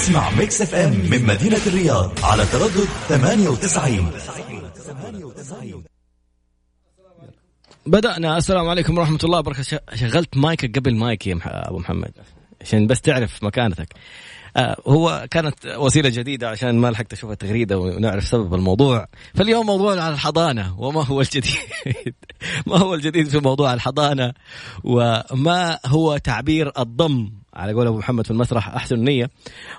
تسمع ميكس اف ام من مدينة الرياض على تردد 98. بدأنا. السلام عليكم ورحمة الله وبركاته. شغلت مايكك قبل مايكي يا أبو محمد عشان بس تعرف مكانتك. هو كانت وسيلة جديدة عشان ما لحقت أشوف التغريدة ونعرف سبب الموضوع. فاليوم موضوع على الحضانة وما هو الجديد ما هو الجديد في موضوع الحضانة وما هو تعبير الضم على قول أبو محمد في المسرح أحسن نية.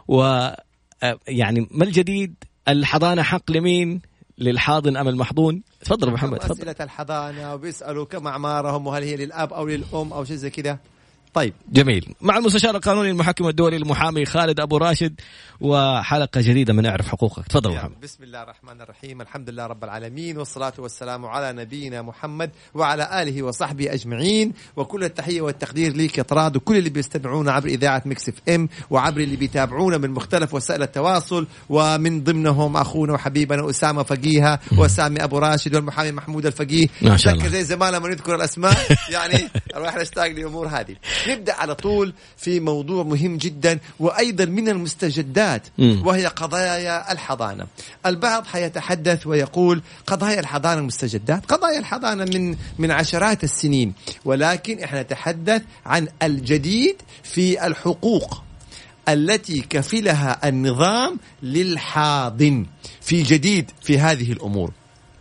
ويعني ما الجديد؟ الحضانة حق لمين؟ للحاضن أم المحضون؟ تفضل أبو محمد. أسئلة الحضانة وبيسألوا كم أعمارهم وهل هي للأب أو للأم أو شيء زي كذا. طيب جميل. مع المستشار القانوني المحكم الدولي المحامي خالد أبو راشد وحلقة جديدة من اعرف حقوقك. تفضل محمد. بسم الله الرحمن الرحيم. الحمد لله رب العالمين والصلاة والسلام على نبينا محمد وعلى آله وصحبه أجمعين. وكل التحية والتقدير ليك يا طراد وكل اللي بيستمعونا عبر إذاعة ميكس اف ام وعبر اللي بيتابعونا من مختلف وسائل التواصل ومن ضمنهم أخونا وحبيبنا أسامة فقيهة وسامي أبو راشد والمحامي محمود الفقيه. ما شاء الله. زي زمان لما نذكر الأسماء يعني الواحد يشتاق للأمور هذه. نبدأ على طول في موضوع مهم جدا وأيضا من المستجدات وهي قضايا الحضانة. البعض حيتحدث ويقول قضايا الحضانة مستجدات. قضايا الحضانة من عشرات السنين، ولكن احنا نتحدث عن الجديد في الحقوق التي كفلها النظام للحاضن. في جديد في هذه الأمور.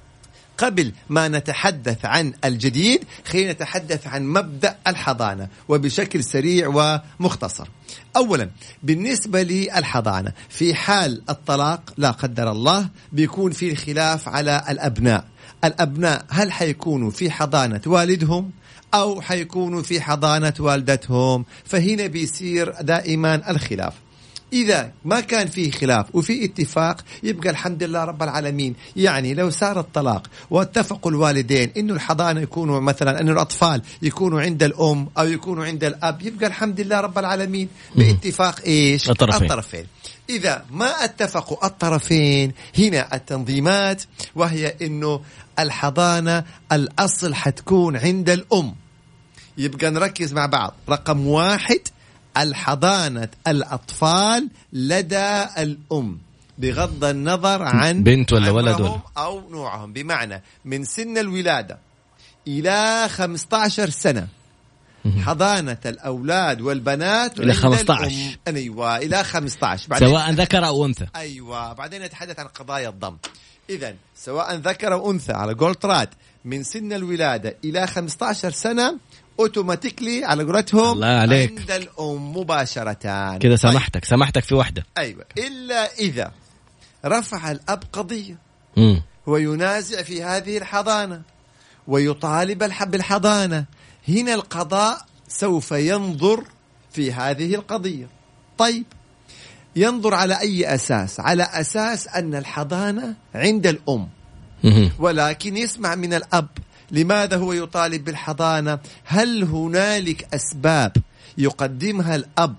قبل ما نتحدث عن الجديد خلينا نتحدث عن مبدأ الحضانة وبشكل سريع ومختصر. أولا بالنسبة للحضانة في حال الطلاق لا قدر الله بيكون في خلاف على الأبناء هل حيكونوا في حضانة والدهم أو حيكونوا في حضانة والدتهم؟ فهنا بيصير دائما الخلاف. إذا ما كان فيه خلاف وفي اتفاق يبقى الحمد لله رب العالمين. يعني لو صار الطلاق واتفقوا الوالدين إنه الحضانة يكونوا مثلا إنه الأطفال يكونوا عند الأم أو يكونوا عند الأب يبقى الحمد لله رب العالمين باتفاق إيش؟ الطرفين. إذا ما اتفقوا الطرفين هنا التنظيمات وهي إنه الحضانة الأصل حتكون عند الأم. يبقى نركز مع بعض. رقم 1 الحضانة الأطفال لدى الأم بغض النظر عن بنت ولا ولد أو نوعهم، بمعنى من سن الولادة إلى 15 سنة حضانة الأولاد والبنات إلى 15. أيوة إلى 15 سواء ذكر أو أنثى. أيوة بعدين نتحدث عن قضايا الضم. إذن سواء ذكر أو أنثى على قول طراد من سن الولادة إلى 15 سنة اوتوماتيكلي على قولتهم عند الأم مباشرة. كده سمحتك في واحدة. أيوة إلا إذا رفع الأب قضية وينازع في هذه الحضانة ويطالب بالحضانة. هنا القضاء سوف ينظر في هذه القضية. طيب ينظر على أي أساس؟ على أساس أن الحضانة عند الأم ولكن يسمع من الأب لماذا هو يطالب بالحضانة. هل هنالك أسباب يقدمها الأب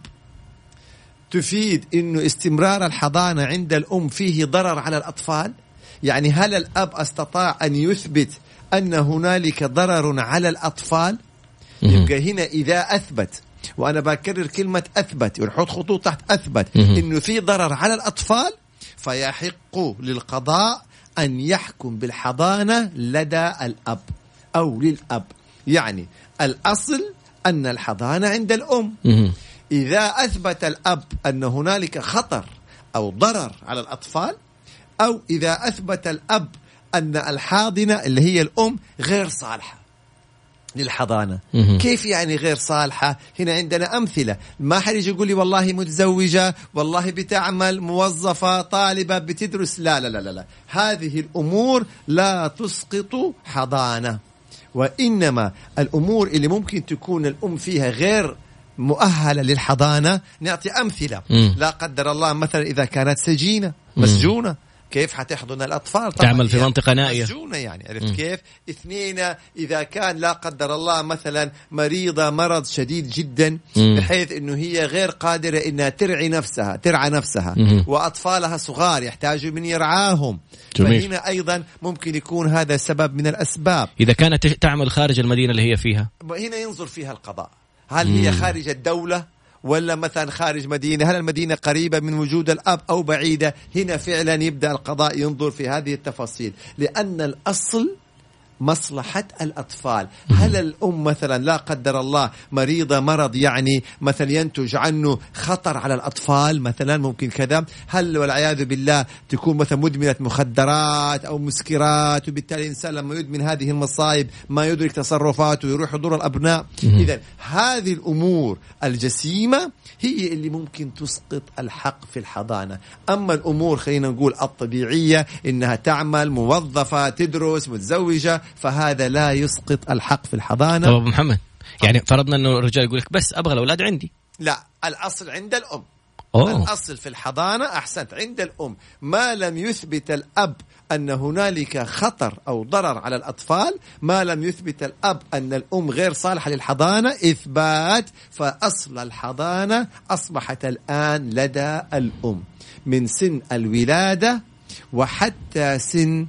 تفيد إنه استمرار الحضانة عند الأم فيه ضرر على الأطفال؟ يعني هل الأب استطاع أن يثبت أن هنالك ضرر على الأطفال؟ يبقى هنا إذا أثبت، وأنا بكرر كلمة أثبت ونحط خطوط تحت أثبت، إنه في ضرر على الأطفال فيحق للقضاء أن يحكم بالحضانة لدى الأب أو للأب. يعني الأصل أن الحضانة عند الأم. إذا أثبت الأب أن هنالك خطر أو ضرر على الأطفال، أو إذا أثبت الأب أن الحاضنة اللي هي الأم غير صالحة للحضانة. كيف يعني غير صالحة؟ هنا عندنا أمثلة. ما حد يجي يقول لي والله متزوجة، والله بتعمل، موظفة، طالبة، بتدرس. لا لا لا لا، هذه الأمور لا تسقط حضانة. وإنما الأمور اللي ممكن تكون الأم فيها غير مؤهلة للحضانة نعطي أمثلة. لا قدر الله مثلا إذا كانت سجينة مسجونة كيف حتحضن الأطفال؟ تعمل في منطقة نائية مسجونة يعني. عرفت كيف؟ 2 إذا كان لا قدر الله مثلا مريضة مرض شديد جدا بحيث إنه هي غير قادرة إنها ترعى نفسها وأطفالها صغار يحتاجوا من يرعاهم. جميل. فهنا أيضا ممكن يكون هذا سبب من الأسباب. إذا كانت تعمل خارج المدينة اللي هي فيها، هنا ينظر فيها القضاء. هل هي خارج الدولة ولا مثلا خارج مدينة؟ هل المدينة قريبة من وجود الأب أو بعيدة؟ هنا فعلا يبدأ القضاء ينظر في هذه التفاصيل، لأن الأصل مصلحة الأطفال. هل الأم مثلا لا قدر الله مريضة مرض يعني مثلا ينتج عنه خطر على الأطفال مثلا، ممكن كذا، هل والعياذ بالله تكون مثلا مدمنة مخدرات أو مسكرات، وبالتالي الإنسان لما يدمن هذه المصائب ما يدرك تصرفاته ويروح يضر الأبناء. إذن هذه الأمور الجسيمة هي اللي ممكن تسقط الحق في الحضانة. أما الأمور خلينا نقول الطبيعية، إنها تعمل، موظفة، تدرس، متزوجة، فهذا لا يسقط الحق في الحضانة. طب محمد، يعني فرضنا أنه الرجال يقول لك بس أبغى الأولاد عندي. لا، الأصل عند الأم. الأصل في الحضانة، أحسنت، عند الأم، ما لم يثبت الأب أن هنالك خطر أو ضرر على الأطفال، ما لم يثبت الأب أن الأم غير صالحة للحضانة إثبات، فأصل الحضانة أصبحت الآن لدى الأم من سن الولادة وحتى سن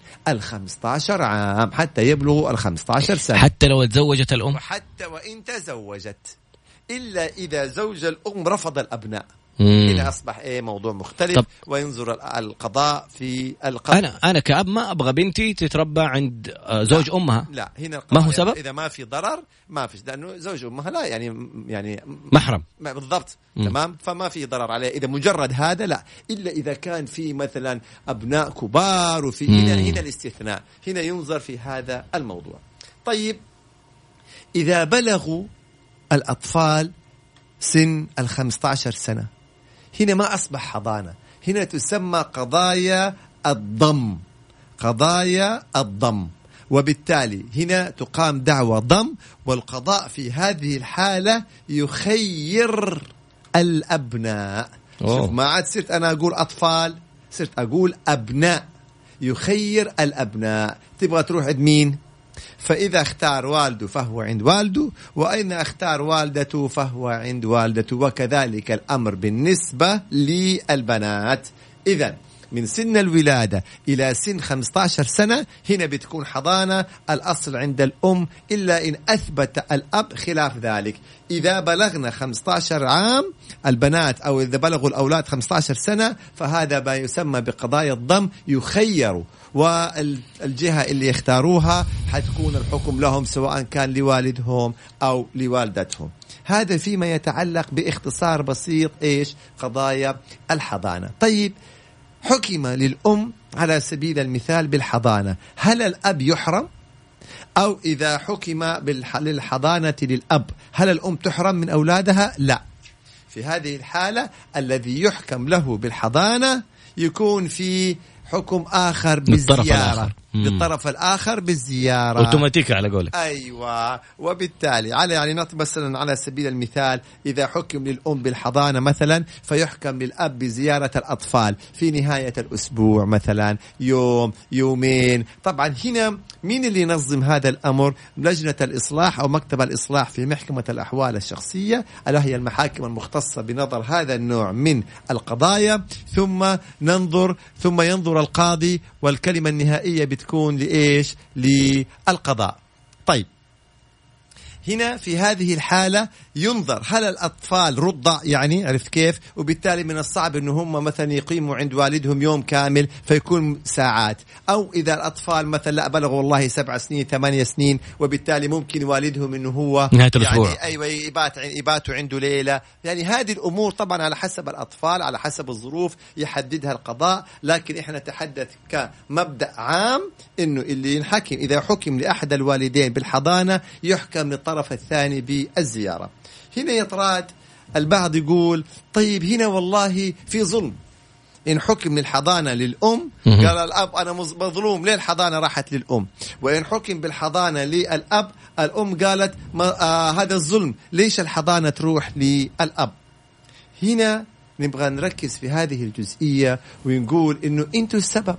15 عام، حتى يبلغوا 15 سنة، حتى لو تزوجت الأم، وحتى وإن تزوجت، إلا إذا زوج الأم رفض الأبناء. هنا أصبح موضوع مختلف. طب وينظر القضاء في القضاء. أنا كأب ما أبغى بنتي تتربى عند زوج أمها. لا، هنا ما هو سبب؟ إذا ما في ضرر ما فيش، لأنه زوج أمها لا يعني محرم بالضبط. تمام، فما في ضرر عليه إذا مجرد هذا، لا، إلا إذا كان في مثلا أبناء كبار، وفي هنا الاستثناء، هنا ينظر في هذا الموضوع. طيب إذا بلغوا الأطفال سن 15 سنة، هنا ما أصبح حضانة، هنا تسمى قضايا الضم، قضايا الضم، وبالتالي هنا تقام دعوى ضم، والقضاء في هذه الحالة يخير الأبناء. شوف، ما عاد صرت أنا أقول أطفال، صرت أقول أبناء، يخير الأبناء. تبغى تروح عند مين؟ فإذا اختار والده فهو عند والده، وأين اختار والدته فهو عند والدته، وكذلك الأمر بالنسبة للبنات. إذن من سن الولادة إلى سن 15 سنة هنا بتكون حضانة، الأصل عند الأم، إلا إن أثبت الأب خلاف ذلك. إذا بلغنا 15 عام البنات، أو إذا بلغوا الأولاد 15 سنة، فهذا ما يسمى بقضايا الضم، يخيروا، والجهة اللي يختاروها حتكون الحكم لهم، سواء كان لوالدهم أو لوالدتهم. هذا فيما يتعلق باختصار بسيط قضايا الحضانة. طيب، حكم للأم على سبيل المثال بالحضانة، هل الأب يحرم؟ أو إذا حكم للحضانة للأب، هل الأم تحرم من أولادها؟ لا. في هذه الحالة الذي يحكم له بالحضانة يكون في حكم آخر بالزيارة، بالطرف الآخر بالزيارة، أوتوماتيكا على قولك. أيوة. وبالتالي يعني نعطي مثلا على سبيل المثال، إذا حكم للأم بالحضانة مثلا، فيحكم للأب بزيارة الأطفال في نهاية الأسبوع مثلا، يوم يومين. طبعا هنا مين اللي ينظم هذا الأمر؟ لجنة الإصلاح أو مكتب الإصلاح في محكمة الأحوال الشخصية، ألا هي المحاكم المختصة بنظر هذا النوع من القضايا. ثم ينظر القاضي، والكلمة النهائية بتكون لإيش؟ للقضاء. طيب، هنا في هذه الحالة ينظر هل الأطفال رضع، يعني عرفت كيف؟ وبالتالي من الصعب أنه هم مثلا يقيموا عند والدهم يوم كامل، فيكون ساعات. أو إذا الأطفال مثلا لا بلغوا والله 7 سنين 8 سنين، وبالتالي ممكن والدهم أنه هو نهاية الأسبوع، يعني أيوة يباتوا عنده ليلة. يعني هذه الأمور طبعا على حسب الأطفال، على حسب الظروف يحددها القضاء. لكن إحنا نتحدث كمبدأ عام أنه اللي ينحكم إذا حكم لأحد الوالدين بالحضانة يحكم للطرف الثاني بالزيارة. هنا يطراد البعض يقول طيب هنا والله في ظلم، إن حكم للحضانة للأم قال الأب أنا مظلوم، ليه الحضانة راحت للأم؟ وإن حكم بالحضانة للأب، الأم قالت هذا الظلم، ليش الحضانة تروح للأب؟ هنا نبغى نركز في هذه الجزئية ونقول إنه أنتوا السبب،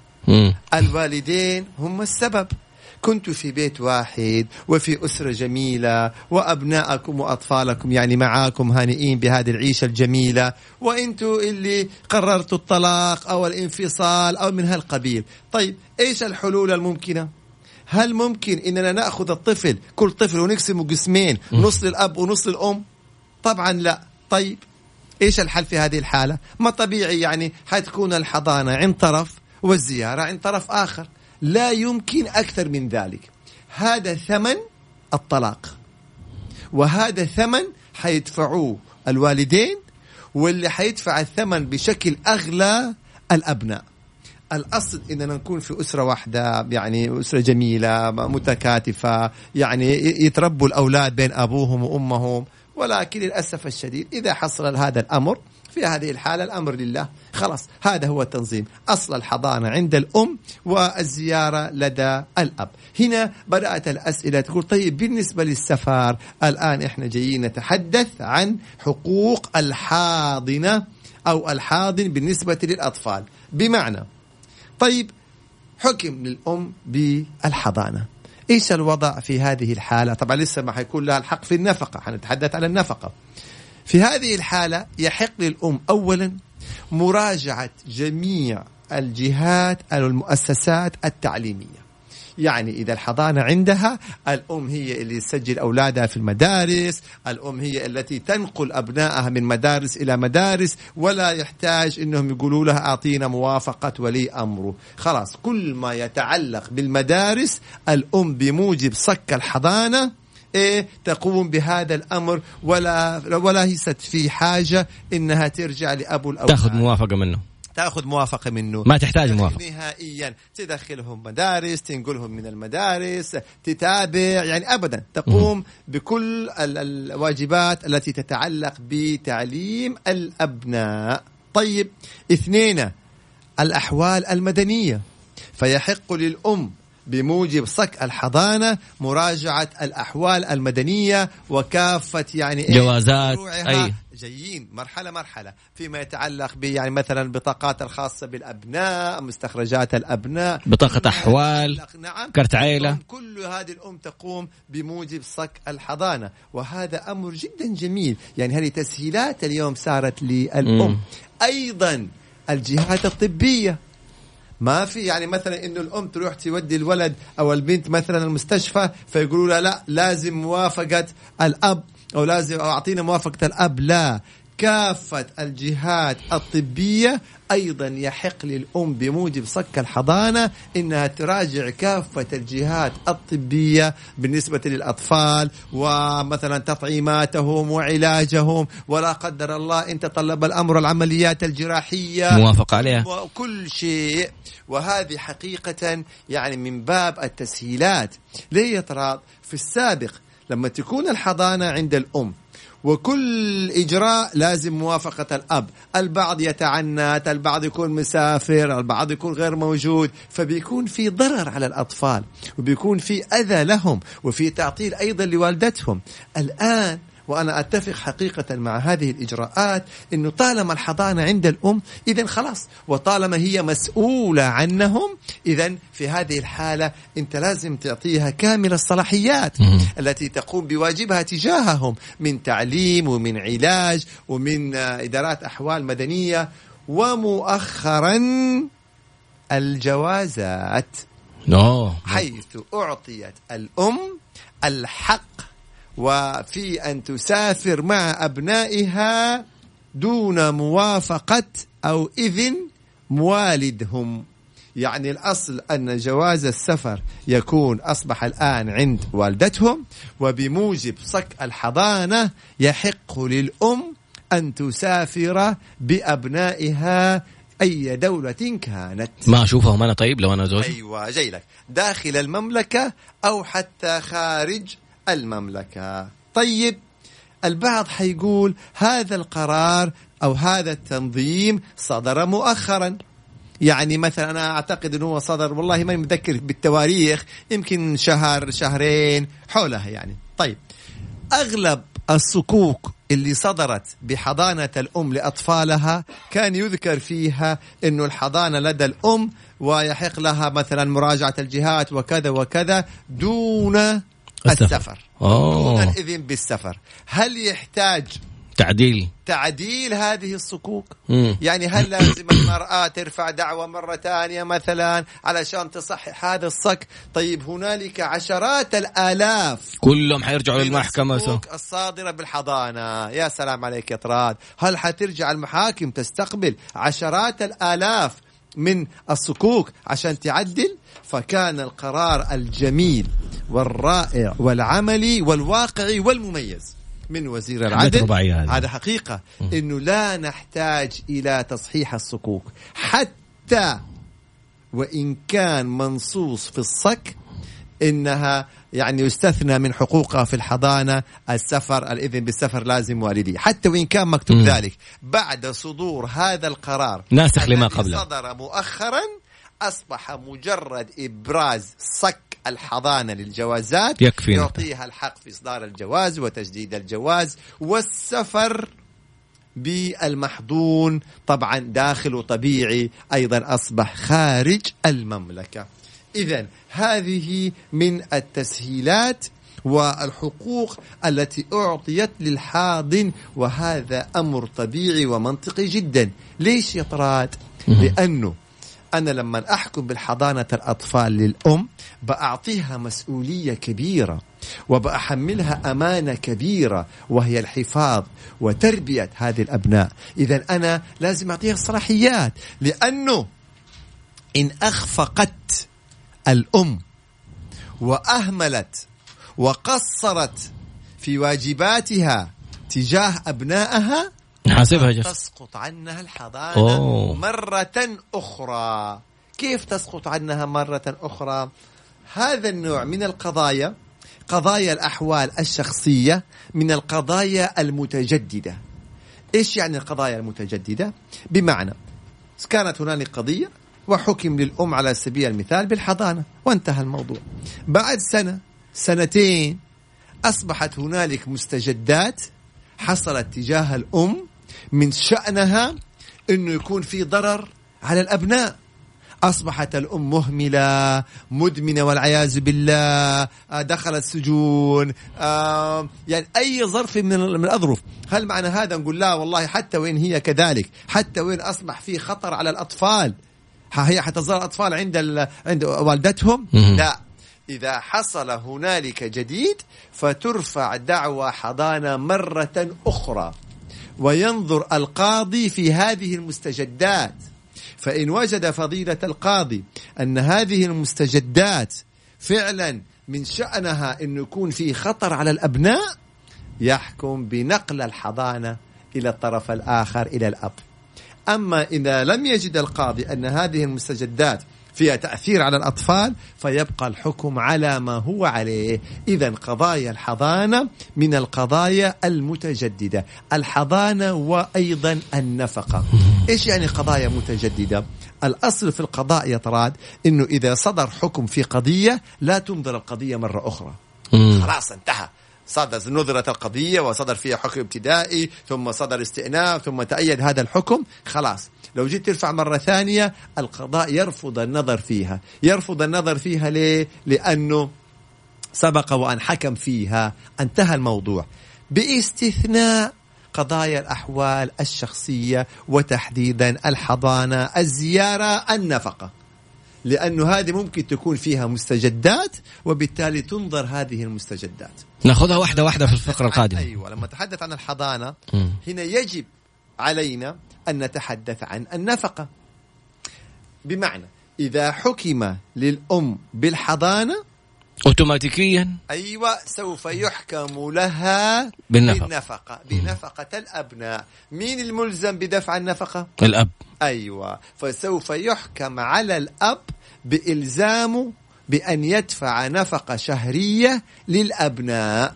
الوالدين هم السبب. كنتوا في بيت واحد وفي أسرة جميلة، وأبناءكم وأطفالكم يعني معاكم هانئين بهذه العيشة الجميلة، وإنتوا اللي قررتوا الطلاق أو الانفصال أو من هالقبيل. طيب إيش الحلول الممكنة؟ هل ممكن إننا نأخذ الطفل، كل طفل ونقسمه قسمين، نص للأب ونص للأم؟ طبعا لا. طيب إيش الحل في هذه الحالة؟ ما طبيعي يعني حتكون الحضانة عند طرف والزيارة عند طرف آخر، لا يمكن أكثر من ذلك. هذا ثمن الطلاق، وهذا ثمن حيدفعوه الوالدين، واللي حيدفع الثمن بشكل أغلى الأبناء. الأصل إننا نكون في أسرة واحدة، يعني أسرة جميلة متكاتفة، يعني يتربوا الأولاد بين أبوهم وأمهم، ولكن للأسف الشديد إذا حصل هذا الأمر في هذه الحالة الأمر لله، خلاص هذا هو التنظيم. أصل الحضانة عند الأم والزيارة لدى الأب. هنا بدأت الأسئلة تقول طيب بالنسبة للسفر، الآن إحنا جايين نتحدث عن حقوق الحاضنة أو الحاضن بالنسبة للأطفال. بمعنى طيب حكم للأم بالحضانة، إيش الوضع في هذه الحالة؟ طبعا لسه ما حيكون لها الحق في النفقة، حنتحدث على النفقة. في هذه الحالة يحق للأم أولا مراجعة جميع الجهات أو المؤسسات التعليمية. يعني إذا الحضانة عندها، الأم هي اللي تسجل أولادها في المدارس، الأم هي التي تنقل أبنائها من مدارس إلى مدارس، ولا يحتاج إنهم يقولوا لها أعطينا موافقة ولي أمره. خلاص كل ما يتعلق بالمدارس الأم بموجب صك الحضانة تقوم بهذا الأمر، ولا هيست في حاجة إنها ترجع لأبو الأولاد تأخذ موافقة منه، ما تحتاج موافقة نهائيا. تدخلهم مدارس، تنقلهم من المدارس، تتابع، يعني أبدا تقوم بكل الواجبات التي تتعلق بتعليم الأبناء. طيب 2 الأحوال المدنية، فيحق للأم بموجب صك الحضانة مراجعة الأحوال المدنية وكافة يعني جوازات جايين مرحلة فيما يتعلق يعني مثلا بطاقات الخاصة بالأبناء، مستخرجات الأبناء، بطاقة أحوال، نعم، كرت عائلة، كل هذه الأم تقوم بموجب صك الحضانة، وهذا أمر جدا جميل. يعني هذه تسهيلات اليوم صارت للأم. أيضا الجهات الطبية، ما في يعني مثلا إنه الأم تروح تودي الولد أو البنت مثلا المستشفى فيقولوا لها لا لازم موافقة الأب أو لازم أعطينا موافقة الأب. لا، كافة الجهات الطبية أيضا يحق للأم بموجب صك الحضانة إنها تراجع كافة الجهات الطبية بالنسبة للأطفال، ومثلا تطعيماتهم وعلاجهم، ولا قدر الله إن تطلب الأمر العمليات الجراحية موافقة عليها وكل شيء. وهذه حقيقة يعني من باب التسهيلات. ليه يطراد في السابق لما تكون الحضانة عند الأم وكل إجراء لازم موافقة الأب، البعض يتعنت، البعض يكون مسافر، البعض يكون غير موجود، فبيكون في ضرر على الأطفال وبيكون في أذى لهم وفي تعطيل أيضا لوالدتهم. الآن وأنا أتفق حقيقة مع هذه الإجراءات إنه طالما الحضانة عند الأم إذن خلاص، وطالما هي مسؤولة عنهم إذن في هذه الحالة أنت لازم تعطيها كامل الصلاحيات التي تقوم بواجبها تجاههم من تعليم ومن علاج ومن إدارات أحوال مدنية. ومؤخرا الجوازات حيث أعطيت الأم الحق وفي أن تسافر مع أبنائها دون موافقة أو إذن موالدهم. يعني الأصل أن جواز السفر يكون أصبح الآن عند والدتهم، وبموجب صك الحضانة يحق للأم أن تسافر بأبنائها أي دولة كانت. ما أشوفهم أنا طيب لو أنا زوج. أيوة جاي لك، داخل المملكة أو حتى خارج المملكة. طيب البعض حيقول هذا القرار أو هذا التنظيم صدر مؤخرا، يعني مثلا أنا أعتقد أنه هو صدر، والله ما متذكر بالتواريخ، يمكن شهر شهرين حولها يعني. طيب أغلب الصكوك اللي صدرت بحضانة الأم لأطفالها كان يذكر فيها أنه الحضانة لدى الأم ويحق لها مثلا مراجعة الجهات وكذا وكذا دون السفر، دون الإذن بالسفر. هل يحتاج تعديل هذه الصكوك. يعني هل لازم المرأة ترفع دعوة مرة ثانية مثلا علشان تصحح هذا الصك؟ طيب هنالك عشرات الآلاف كلهم حيرجعوا للمحكمة الصكوك الصادرة بالحضانة. يا سلام عليك يا طراد، هل حترجع المحاكم تستقبل عشرات الآلاف من الصكوك عشان تعدل؟ فكان القرار الجميل والرائع والعملي والواقعي والمميز من وزير العدل هذا حقيقة إنه لا نحتاج إلى تصحيح الصكوك، حتى وإن كان منصوص في الصك إنها يعني يستثنى من حقوقها في الحضانة السفر، الإذن بالسفر لازم والدي، حتى وإن كان مكتوب ذلك بعد صدور هذا القرار ناسخ لما قبله صدر مؤخرا. أصبح مجرد إبراز صك الحضانة للجوازات يكفي يعطيها الحق في إصدار الجواز وتجديد الجواز والسفر بالمحضون طبعا داخل وطبيعي أيضا أصبح خارج المملكة. إذن هذه من التسهيلات والحقوق التي أعطيت للحاضن، وهذا أمر طبيعي ومنطقي جدا. ليش يا طراد؟ لأنه أنا لما أحكم بالحضانة الأطفال للأم بأعطيها مسؤولية كبيرة وبأحملها أمانة كبيرة، وهي الحفاظ وتربية هذه الأبناء. إذن أنا لازم أعطيها الصلاحيات، لأنه إن أخفقت الأم وأهملت وقصرت في واجباتها تجاه أبنائها نحاسبها تسقط عنها الحضانة مرة أخرى. كيف تسقط عنها مرة أخرى؟ هذا النوع من القضايا، قضايا الأحوال الشخصية، من القضايا المتجددة. إيش يعني القضايا المتجددة؟ بمعنى كانت هنالك قضية وحكم للأم على سبيل المثال بالحضانة وانتهى الموضوع، بعد سنة سنتين أصبحت هنالك مستجدات حصلت تجاه الأم من شأنها أنه يكون في ضرر على الأبناء. أصبحت الأم مهملة مدمنة والعياذ بالله، دخلت سجون، يعني أي ظرف من الأظرف. هل معنى هذا نقول لا والله حتى وين هي كذلك، حتى وين أصبح في خطر على الأطفال هي حتظل الأطفال عند والدتهم؟ لا، إذا حصل هنالك جديد فترفع دعوى حضانة مرة أخرى، وينظر القاضي في هذه المستجدات، فإن وجد فضيلة القاضي أن هذه المستجدات فعلا من شأنها أن يكون في خطر على الأبناء يحكم بنقل الحضانة إلى الطرف الآخر إلى الأب. أما إذا لم يجد القاضي أن هذه المستجدات فيها تأثير على الأطفال فيبقى الحكم على ما هو عليه. إذن قضايا الحضانة من القضايا المتجددة، الحضانة وأيضا النفقة. إيش يعني قضايا متجددة؟ الأصل في القضاء يا طراد إنه إذا صدر حكم في قضية لا تنظر القضية مرة أخرى، خلاص انتهى، صدر نظرت القضية وصدر فيها حكم ابتدائي ثم صدر استئناف ثم تأيد هذا الحكم، خلاص لو جيت ترفع مرة ثانية القضاء يرفض النظر فيها. يرفض النظر فيها ليه؟ لأنه سبق وأن حكم فيها، انتهى الموضوع، باستثناء قضايا الأحوال الشخصية وتحديدا الحضانة، الزيارة، النفقة، لأنه هذه ممكن تكون فيها مستجدات وبالتالي تنظر هذه المستجدات. نأخذها واحدة واحدة في الفقرة القادمة. أيوة، لما نتحدث عن الحضانة هنا يجب علينا أن نتحدث عن النفقة. بمعنى إذا حكم للأم بالحضانة أوتوماتيكيا أيوة سوف يحكم لها بالنفقة، بنفقة الأبناء. مين الملزم بدفع النفقة؟ الأب. أيوة، فسوف يحكم على الأب بإلزامه بأن يدفع نفقة شهرية للأبناء.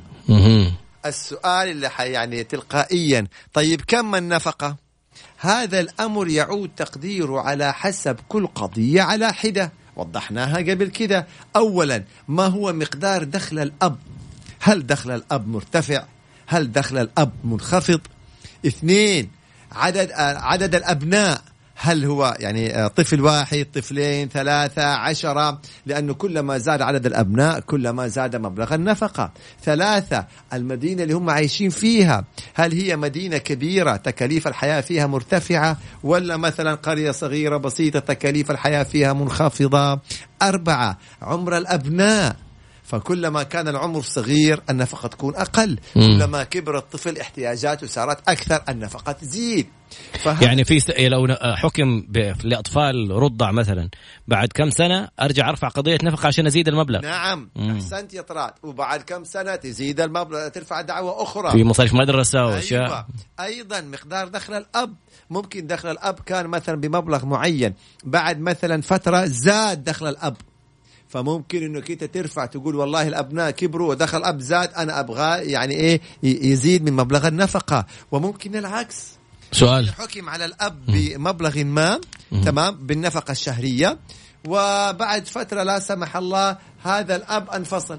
السؤال اللي يعني تلقائيا، طيب كم النفقة؟ هذا الأمر يعود تقديره على حسب كل قضية على حدة، وضحناها قبل كده. أولا ما هو مقدار دخل الأب؟ هل دخل الأب مرتفع؟ هل دخل الأب منخفض؟ اثنين عدد الأبناء، هل هو يعني طفل واحد، طفلين، 3، 10؟ لأنه كلما زاد عدد الأبناء كلما زاد مبلغ النفقة. 3، المدينة اللي هم عايشين فيها، هل هي مدينة كبيرة تكاليف الحياة فيها مرتفعة، ولا مثلا قرية صغيرة بسيطة تكاليف الحياة فيها منخفضة؟ 4، عمر الأبناء، فكلما كان العمر صغير النفقة تكون أقل، كلما كبر الطفل احتياجاته صارت أكثر، النفقة تزيد. يعني في لو حكم لأطفال رضع مثلا بعد كم سنة أرجع أرفع قضية نفقة عشان أزيد المبلغ. نعم أحسنت يا طراد. وبعد كم سنة تزيد المبلغ، ترفع دعوة أخرى في مصاريف مدرسة وأشياء. أيوة. أيضا مقدار دخل الأب، ممكن دخل الأب كان مثلا بمبلغ معين، بعد مثلا فترة زاد دخل الأب، فممكن انك انت ترفع تقول والله الابناء كبروا ودخل الاب زاد، انا ابغى يعني ايه يزيد من مبلغ النفقه. وممكن العكس، سؤال حكم على الاب بمبلغ ما تمام بالنفقه الشهريه، وبعد فتره لا سمح الله هذا الاب انفصل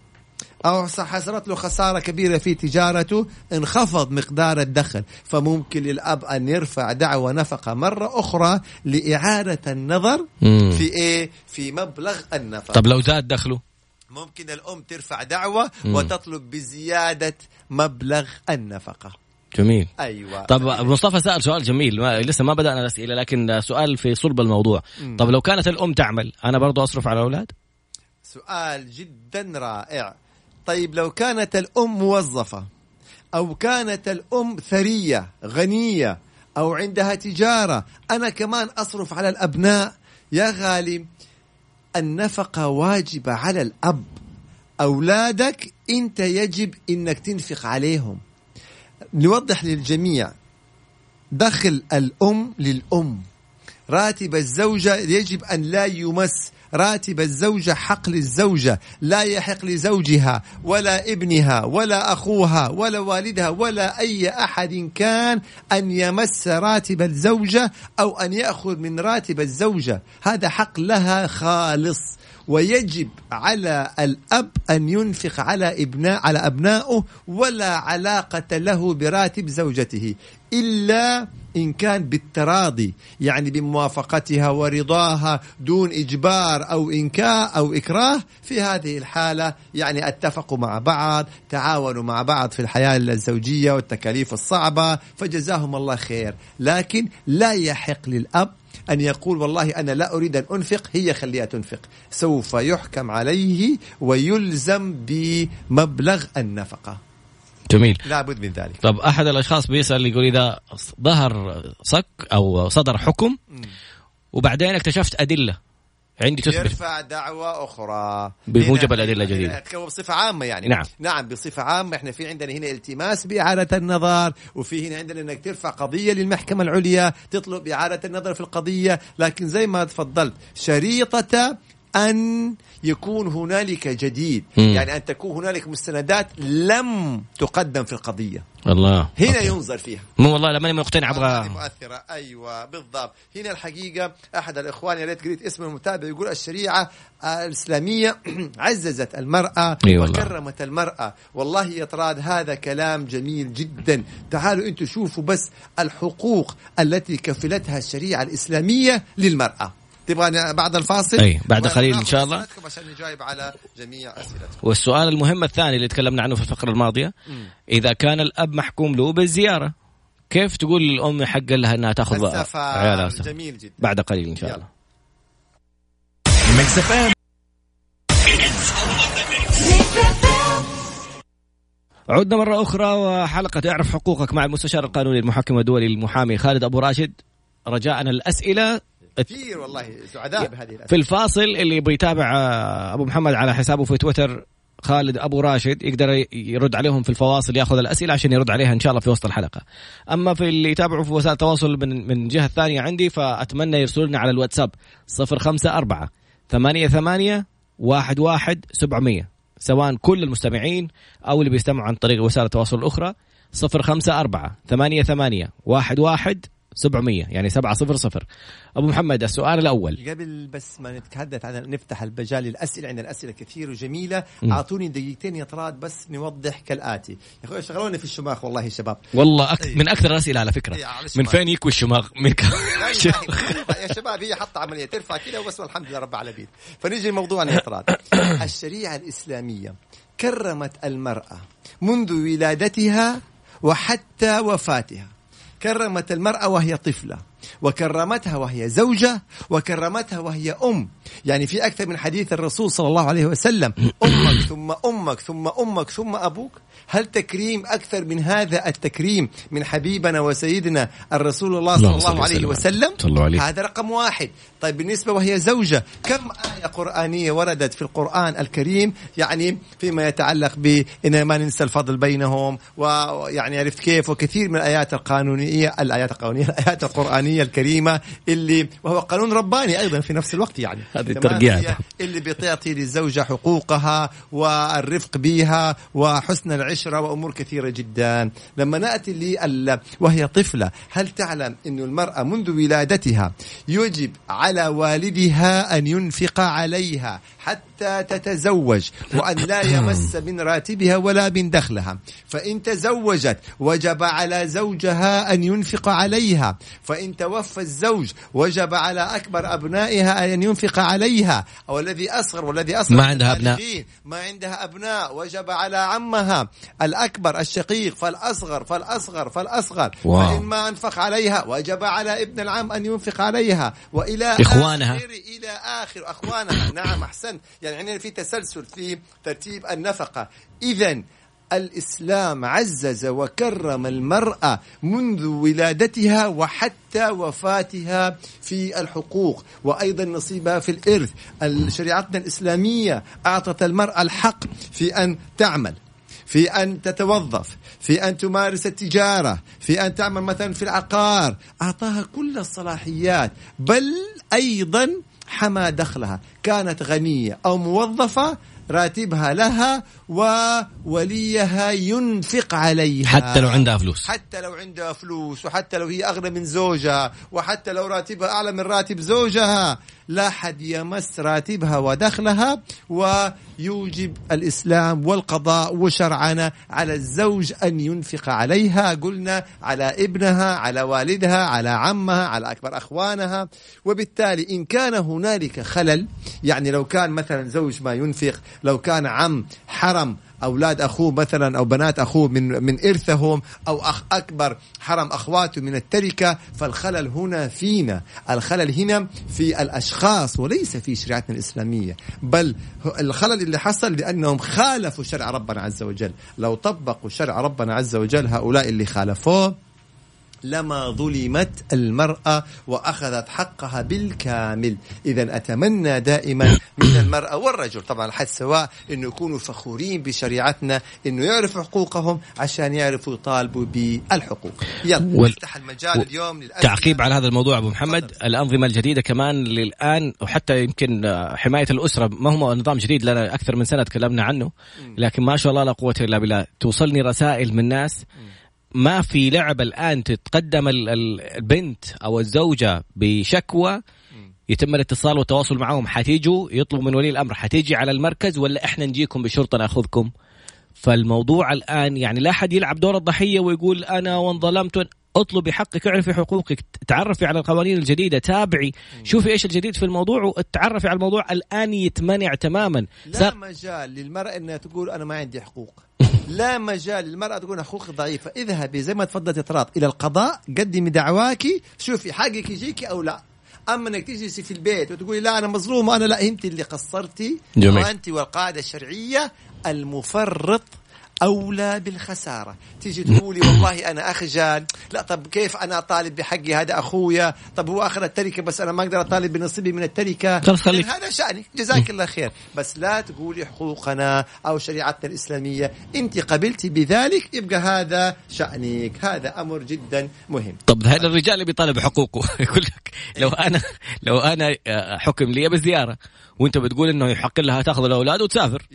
أو حصلت له خسارة كبيرة في تجارته، انخفض مقدار الدخل، فممكن للأب أن يرفع دعوى نفقة مرة أخرى لإعادة النظر في إيه؟ في مبلغ النفقة. طب لو زاد دخله؟ ممكن الأم ترفع دعوة وتطلب بزيادة مبلغ النفقة. جميل. أيوة. طب مصطفى سأل سؤال جميل، لسه ما بدأنا الأسئلة لكن سؤال في صلب الموضوع. طب لو كانت الأم تعمل أنا برضو أصرف على الأولاد؟ سؤال جدا رائع. طيب لو كانت الأم موظفة أو كانت الأم ثرية غنية أو عندها تجارة، أنا كمان أصرف على الأبناء؟ يا غالي النفقة واجبة على الأب، أولادك أنت يجب أنك تنفق عليهم. نوضح للجميع، دخل الأم للأم، راتب الزوجة يجب أن لا يمس، راتب الزوجة حق للزوجة، لا يحق لزوجها ولا ابنها ولا أخوها ولا والدها ولا أي أحد كان أن يمس راتب الزوجة أو أن يأخذ من راتب الزوجة، هذا حق لها خالص. ويجب على الأب أن ينفق على أبنائه، ولا علاقة له براتب زوجته إلا إن كان بالتراضي، يعني بموافقتها ورضاها دون إجبار أو إنكاء أو إكراه. في هذه الحالة يعني اتفقوا مع بعض، تعاونوا مع بعض في الحياة الزوجية والتكاليف الصعبة، فجزاهم الله خير. لكن لا يحق للأب أن يقول والله أنا لا أريد أن أنفق، هي خليها تنفق، سوف يحكم عليه ويلزم بمبلغ النفقة. جميل. لابد من ذلك. طب أحد الأشخاص بيسأل يقول إذا ظهر صك أو صدر حكم وبعدين اكتشفت أدلة عندي تثبت، يرفع دعوة أخرى بموجب الأدلة الجديدة. بصفة عامة يعني. نعم بصفة عامة إحنا في عندنا هنا التماس بإعادة النظر، وفي هنا عندنا إنك ترفع قضية للمحكمة العليا تطلب إعادة النظر في القضية. لكن زي ما تفضلت شريطة أن يكون هنالك جديد، يعني أن تكون هنالك مستندات لم تقدم في القضية. الله هنا أوكي. ينظر فيها. مو والله لما أنا مقتنع أبغى مؤثرة. أيوة بالضبط. هنا الحقيقة أحد الإخوان يا ريت قريت اسم المتابع يقول الشريعة الإسلامية عززت المرأة وكرمت المرأة. والله يا طراد هذا كلام جميل جدا. تعالوا أنتوا شوفوا بس الحقوق التي كفلتها الشريعة الإسلامية للمرأة. تبغى بعد الفاصل؟ أي بعد قليل إن شاء الله عشان نجاوب على جميع أسئلتكم. والسؤال المهم الثاني اللي تكلمنا عنه في الفقرة الماضية، إذا كان الأب محكوم له بالزيارة كيف تقول للأم حق لها أنها تأخذ عيالها؟ جميل جدا. بعد قليل إن شاء الله. عدنا مرة أخرى وحلقة اعرف حقوقك مع المستشار القانوني المحكم الدولي المحامي خالد أبو راشد. رجاءنا الأسئلة كثير والله سعداء بهذه الأسئلة. في الفاصل اللي بيتابع أبو محمد على حسابه في تويتر خالد أبو راشد يقدر يرد عليهم في الفواصل، يأخذ الأسئلة عشان يرد عليها إن شاء الله في وسط الحلقة. أما في اللي يتابعوا في وسائل التواصل من جهة ثانية عندي، فأتمنى يرسلوا لنا على الواتساب 054-88-11-700 سواء كل المستمعين أو اللي بيستمعوا عن طريق وسائل التواصل الأخرى. 054-88-11-700 700 يعني 700. أبو محمد السؤال الأول. قبل بس ما نتحدث عن نفتح المجال للأسئلة، عندنا أسئلة كثير وجميلة. أعطوني دقيقتين يا طراد بس نوضح كالآتي. يا أخوي شغلوني في الشماغ والله شباب، والله من أكثر الأسئلة على فكرة. من فين يكوي الشماغ؟ من يا شباب هي حط عملية ترفع كده وبس والحمد لله رب العالمين. فنيجي لموضوعنا يا طراد. الشريعة الإسلامية كرمت المرأة منذ ولادتها وحتى وفاتها. كرمت المرأة وهي طفلة، وكرمتها وهي زوجة، وكرمتها وهي أم. يعني في أكثر من حديث الرسول صلى الله عليه وسلم: أمك ثم أمك ثم أمك ثم أبوك. هل تكريم أكثر من هذا التكريم من حبيبنا وسيدنا الرسول الله صلى الله عليه وسلم؟ هذا رقم واحد. طيب بالنسبة وهي زوجة، كم آية قرآنية وردت في القرآن الكريم يعني فيما يتعلق بإن ما ننسى الفضل بينهم، ويعني عرفت كيف، وكثير من الآيات الآيات القرآنية الكريمة اللي وهو قانون رباني أيضا في نفس الوقت. يعني هذه الترقيات اللي بتعطي للزوجة حقوقها والرفق بها وحسن العشرة وأمور كثيرة جدا. لما نأتي وهي طفلة، هل تعلم أن المرأة منذ ولادتها يجب على والدها أن ينفق عليها حتى تتزوج، وأن لا يمس من راتبها ولا من دخلها؟ فإن تزوجت وجب على زوجها أن ينفق عليها، فإن توفى الزوج وجب على أكبر أبنائها أن ينفق عليها، أو الذي أصغر ما عندها أبناء، ما عندها أبناء وجب على عمها الأكبر الشقيق فالأصغر. فإن ما أنفق عليها وجب على ابن العم أن ينفق عليها، وإلى إخوانها إلى آخر أخوانها. نعم أحسن. يعني عندنا في تسلسل في ترتيب النفقة. إذن الإسلام عزز وكرم المرأة منذ ولادتها وحتى وفاتها في الحقوق، وأيضا نصيبها في الإرث. شريعتنا الإسلامية أعطت المرأة الحق في أن تعمل، في أن تتوظف، في أن تمارس التجارة، في أن تعمل مثلا في العقار. أعطاها كل الصلاحيات، بل أيضا حمى دخلها. كانت غنية أو موظفة راتبها لها ووليها ينفق عليها حتى لو عندها فلوس، وحتى لو هي أغنى من زوجها، وحتى لو راتبها أعلى من راتب زوجها، لا حد يمس راتبها ودخلها. ويوجب الإسلام والقضاء وشرعنا على الزوج أن ينفق عليها. قلنا على ابنها، على والدها، على عمها، على أكبر أخوانها. وبالتالي إن كان هنالك خلل، يعني لو كان مثلا زوج ما ينفق، لو كان عم حرم أولاد أخوه مثلا أو بنات أخوه من إرثهم، أو أخ أكبر حرم أخواته من التركة، فالخلل هنا فينا، الخلل هنا في الأشخاص وليس في شريعتنا الإسلامية. بل الخلل اللي حصل لأنهم خالفوا شرع ربنا عز وجل. لو طبقوا شرع ربنا عز وجل هؤلاء اللي خالفوه لما ظلمت المرأة وأخذت حقها بالكامل. إذن أتمنى دائما من المرأة والرجل طبعا حد سواء إنه يكونوا فخورين بشريعتنا، إنه يعرفوا حقوقهم عشان يعرفوا يطالبوا بالحقوق. يلا نفتح المجال اليوم تعقيب على هذا الموضوع أبو محمد. الأنظمة الجديدة كمان للآن، وحتى يمكن حماية الأسرة ما هو نظام جديد لنا أكثر من سنة تكلمنا عنه، لكن ما شاء الله لا قوة إلا بالله توصلني رسائل من ناس ما في لعب الآن تتقدم البنت أو الزوجة بشكوى يتم الاتصال والتواصل معهم، حتيجوا يطلب من ولي الأمر حتيجي على المركز ولا إحنا نجيكم بشرطة نأخذكم. فالموضوع الآن يعني لا حد يلعب دور الضحية ويقول أنا وانظلمت. اطلبي حقك، اعرفي حقوقك، تعرفي على القوانين الجديدة، تابعي شوفي ايش الجديد في الموضوع وتعرفي على الموضوع. الآن يتمنع تماما. لا مجال للمرأة انها تقول انا ما عندي حقوق، لا مجال للمرأة تقول حقوقي ضعيفة. اذهبي زي ما تفضلت اطراط الى القضاء، قدمي دعواكي، شوفي حقك يجيكي او لا. اما انك تجلسي في البيت وتقولي لا انا مظلومة، انا لا، انت اللي قصرتي. وانت والقاعدة الشرعية المفرط أولى بالخسارة. تيجي تقولي والله أنا أخجل، لا طب كيف أنا أطالب بحقي، هذا أخويا، طب هو أخذ التركة بس أنا ما أقدر أطالب بنصيبي من التركة، هذا شأنك، جزاك الله خير. بس لا تقولي حقوقنا أو شريعتنا الإسلامية، أنت قبلتي بذلك يبقى هذا شأنك. هذا أمر جدا مهم. طب هذا الرجال اللي بيطالب حقوقه يقول لك لو أنا حكم لي بالزيارة وأنت بتقول إنه يحق لها تأخذ الأولاد وتسافر،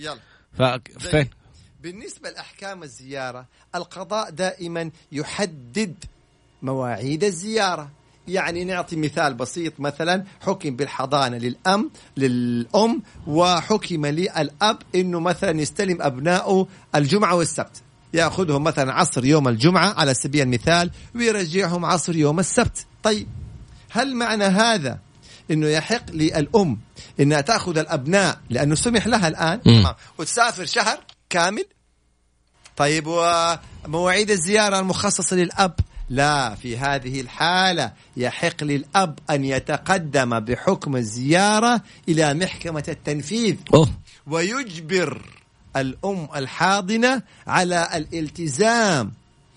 فين؟ بالنسبة لأحكام الزيارة، القضاء دائما يحدد مواعيد الزيارة. يعني نعطي مثال بسيط، مثلا حكم بالحضانة للأم وحكم للأب إنه مثلا يستلم أبنائه الجمعة والسبت، يأخذهم مثلا عصر يوم الجمعة على سبيل المثال ويرجعهم عصر يوم السبت. طيب هل معنى هذا إنه يحق للأم إنها تأخذ الأبناء لأنه سمح لها الآن وتسافر شهر كامل؟ طيب ومواعيد الزيارة المخصصة للأب؟ لا، في هذه الحالة يحق للأب أن يتقدم بحكم الزيارة إلى محكمة التنفيذ ويجبر الأم الحاضنة على الالتزام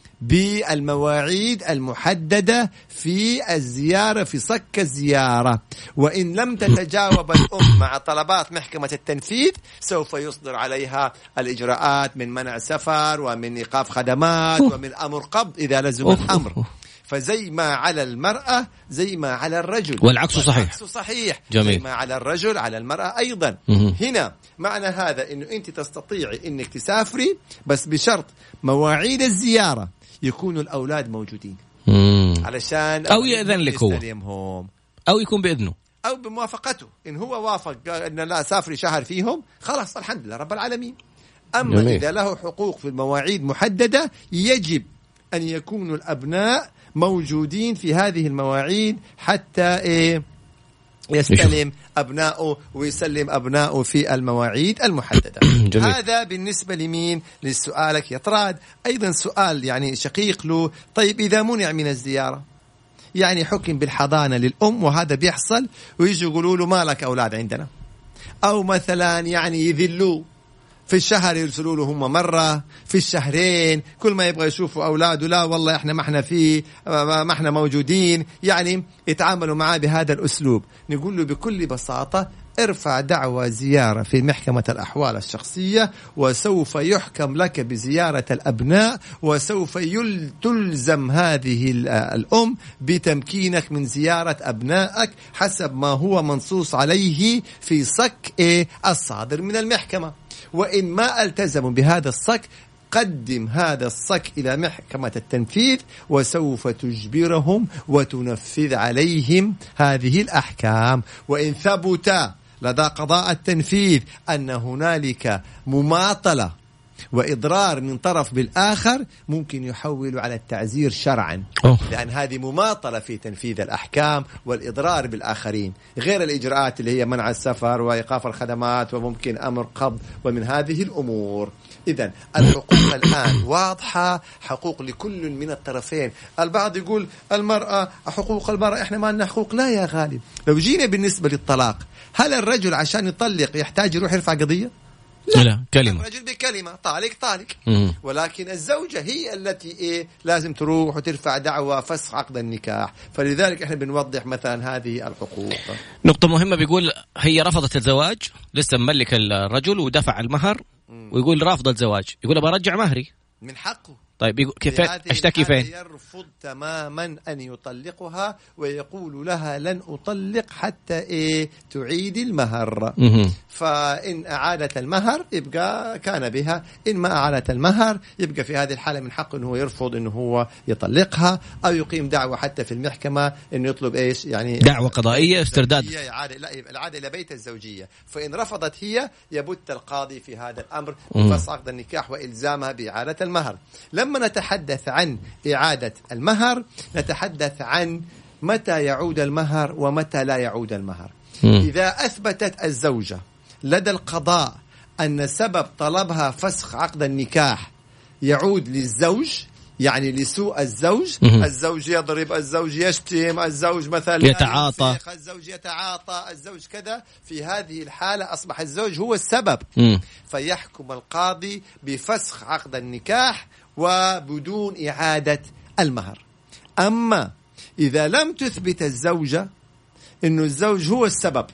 بالمواعيد المحددة في الزيارة، في صك الزيارة. وإن لم تتجاوب الأم مع طلبات محكمة التنفيذ سوف يصدر عليها الإجراءات من منع سفر ومن إيقاف خدمات ومن أمر قبض إذا لزم الأمر. فزي ما على المرأة زي ما على الرجل، والعكس صحيح. جميل. زي ما على الرجل على المرأة أيضا. هنا معنى هذا إنه أنت تستطيعي إنك تسافري، بس بشرط مواعيد الزيارة يكونوا الأولاد موجودين علشان أو يأذن لك هو، أو يكون بإذنه أو بموافقته. إن هو وافق إن لا سافري شهر فيهم خلاص الحمد لله رب العالمين. أما جميل. إذا له حقوق في المواعيد محددة يجب أن يكونوا الأبناء موجودين في هذه المواعيد حتى يستلم أبناؤه ويسلم أبناؤه في المواعيد المحددة. هذا بالنسبة لمين؟ لسؤالك يا طراد. أيضا سؤال يعني شقيق له، طيب إذا منع من الزيارة، يعني حكم بالحضانة للأم وهذا بيحصل ويجي يقولوا له ما لك أولاد عندنا، أو مثلا يعني يذلوه في الشهر يرسلوا له هم مرة، في الشهرين كل ما يبغى يشوفوا أولاده لا والله إحنا ما إحنا موجودين، يعني يتعاملوا معاه بهذا الأسلوب. نقول له بكل بساطة ارفع دعوى زيارة في محكمة الأحوال الشخصية وسوف يحكم لك بزيارة الأبناء، وسوف تلزم هذه الأم بتمكينك من زيارة أبنائك حسب ما هو منصوص عليه في صك الصادر من المحكمة. وإن ما التزموا بهذا الصك قدم هذا الصك إلى محكمة التنفيذ وسوف تجبرهم وتنفذ عليهم هذه الأحكام. وإن ثبت لدى قضاء التنفيذ أن هنالك مماطلة وإضرار من طرف بالآخر ممكن يحول على التعزير شرعا، لأن هذه مماطلة في تنفيذ الأحكام والإضرار بالآخرين، غير الإجراءات اللي هي منع السفر وإيقاف الخدمات وممكن أمر قبض ومن هذه الأمور. إذن الحقوق الآن واضحة، حقوق لكل من الطرفين. البعض يقول المرأة حقوق المرأة إحنا ما لنا حقوق. لا يا غالب، لو جينا بالنسبة للطلاق، هل الرجل عشان يطلق يحتاج يروح يرفع قضية؟ لا كلمة، الرجل بكلمة طالق. ولكن الزوجة هي التي لازم تروح وترفع دعوى فسخ عقد النكاح. فلذلك احنا بنوضح مثلا هذه الحقوق. نقطة مهمة، بيقول هي رفضت الزواج، لسه مملك الرجل ودفع المهر ويقول رافض الزواج، يقول ابى ارجع مهري، من حقه. طيب كيف اشتكي فين؟ يرفض تماما أن يطلقها ويقول لها لن أطلق حتى تعيد المهر. فإن أعادت المهر يبقى كان بها، إن ما أعادت المهر يبقى في هذه الحالة من حقه أنه يرفض أنه هو يطلقها، أو يقيم دعوة حتى في المحكمة أنه يطلب يعني دعوة قضائية استرداد العادة إلى بيت الزوجية. فإن رفضت هي يبت القاضي في هذا الأمر بفسخ عقد النكاح وإلزامها بإعادة المهر. لما نتحدث عن إعادة المهر نتحدث عن متى يعود المهر ومتى لا يعود المهر. إذا أثبتت الزوجة لدى القضاء أن سبب طلبها فسخ عقد النكاح يعود للزوج، يعني لسوء الزوج، الزوج يضرب، الزوج يشتم، الزوج مثلا يتعاطى، الزوج يتعاطى، الزوج كذا، في هذه الحالة أصبح الزوج هو السبب. فيحكم القاضي بفسخ عقد النكاح وبدون إعادة المهر. أما إذا لم تثبت الزوجة إنه الزوج هو السبب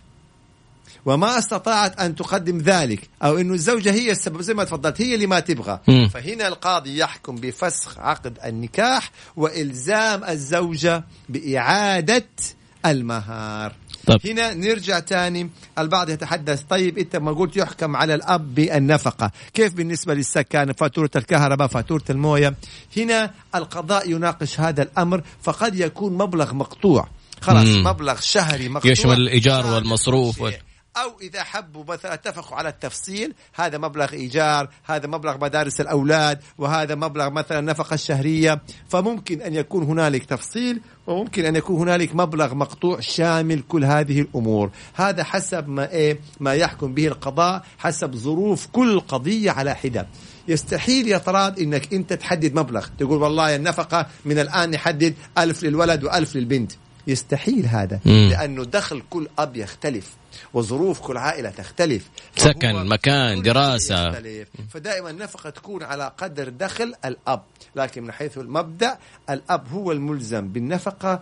وما استطاعت أن تقدم ذلك، أو إنه الزوجة هي السبب زي ما تفضلت هي اللي ما تبغى، فهنا القاضي يحكم بفسخ عقد النكاح وإلزام الزوجة بإعادة المهر. طب. هنا نرجع تاني، البعض يتحدث طيب أنت ما قلت يحكم على الأب بالنفقة، كيف بالنسبة للسكن، فاتورة الكهرباء، فاتورة الموية؟ هنا القضاء يناقش هذا الأمر، فقد يكون مبلغ مقطوع خلاص، مبلغ شهري مقطوع يشمل الإيجار والمصروف أو إذا حبوا مثلا اتفقوا على التفصيل، هذا مبلغ إيجار، هذا مبلغ مدارس الأولاد، وهذا مبلغ مثلا النفقة الشهرية، فممكن أن يكون هنالك تفصيل وممكن أن يكون هنالك مبلغ مقطوع شامل كل هذه الأمور. هذا حسب ما يحكم به القضاء، حسب ظروف كل قضية على حدة. يستحيل يا طراد إنك أنت تحدد مبلغ تقول والله النفقة من الآن نحدد 1000 للولد و1000 للبنت، يستحيل هذا. لأنه دخل كل أب يختلف وظروف كل عائلة تختلف، سكن، مكان، دراسة، فدائما النفقة تكون على قدر دخل الأب، لكن من حيث المبدأ الأب هو الملزم بالنفقة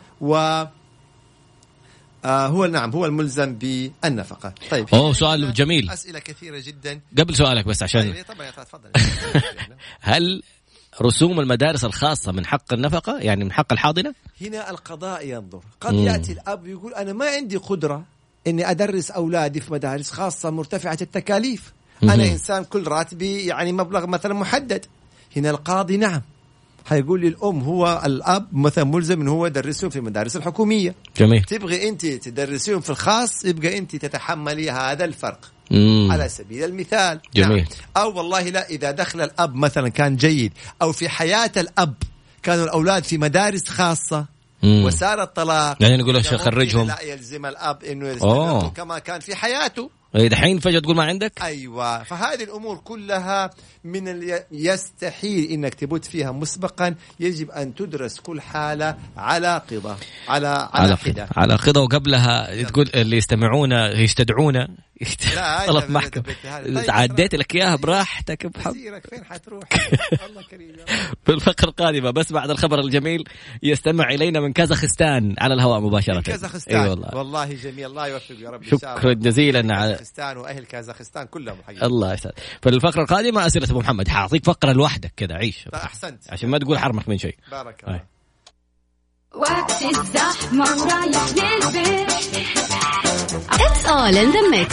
هو الملزم بالنفقة. طيب سؤال جميل، أسئلة كثيرة جدا. قبل سؤالك بس عشان طبعا تفضل. هل رسوم المدارس الخاصة من حق النفقة، يعني من حق الحاضنة؟ هنا القضاء ينظر، قد يأتي الأب يقول أنا ما عندي قدرة إني أدرس أولادي في مدارس خاصة مرتفعة التكاليف، أنا إنسان كل راتبي يعني مبلغ مثلا محدد. هنا القاضي نعم هيقول للأم هو الأب مثلا ملزم إنه هو يدرسهم في المدارس الحكومية. جميل. تبغي أنت تدرسيهم في الخاص، يبقى أنت تتحملي هذا الفرق. على سبيل المثال. جميل. نعم. أو والله لا، إذا دخل الأب مثلا كان جيد، أو في حياة الأب كانوا الأولاد في مدارس خاصة وسار الطلاق، يعني نقول له خرجهم، لا يلزم الأب إنه يلزم كما كان في حياته. دحين فجأة تقول ما عندك؟ أيوة، فهذه الأمور كلها من يستحيل إنك تبت فيها مسبقا، يجب أن تدرس كل حالة على قضى على قضى، وقبلها تقول اللي يستدعونا طلب محكمة. عديت لك إياها براحتك بحب. فين حتروح؟ الله كريم. في الفقرة القادمة بس بعد الخبر الجميل يستمع إلينا من كازاخستان على الهواء مباشرة. كازاخستان والله جميل، الله يوفق يا رب. شكرا جزيلا على كازاخستان وأهل كازاخستان كلهم حقيقة. الله يسعد. في الفقرة القادمة أسئلة أبو محمد، حاعطيك فقرة لوحدك كذا عيش. أحسنت، عشان ما تقول حرمك من شيء. بارك الله. وقت الزحمة ورايح للبيت It's all in the mix.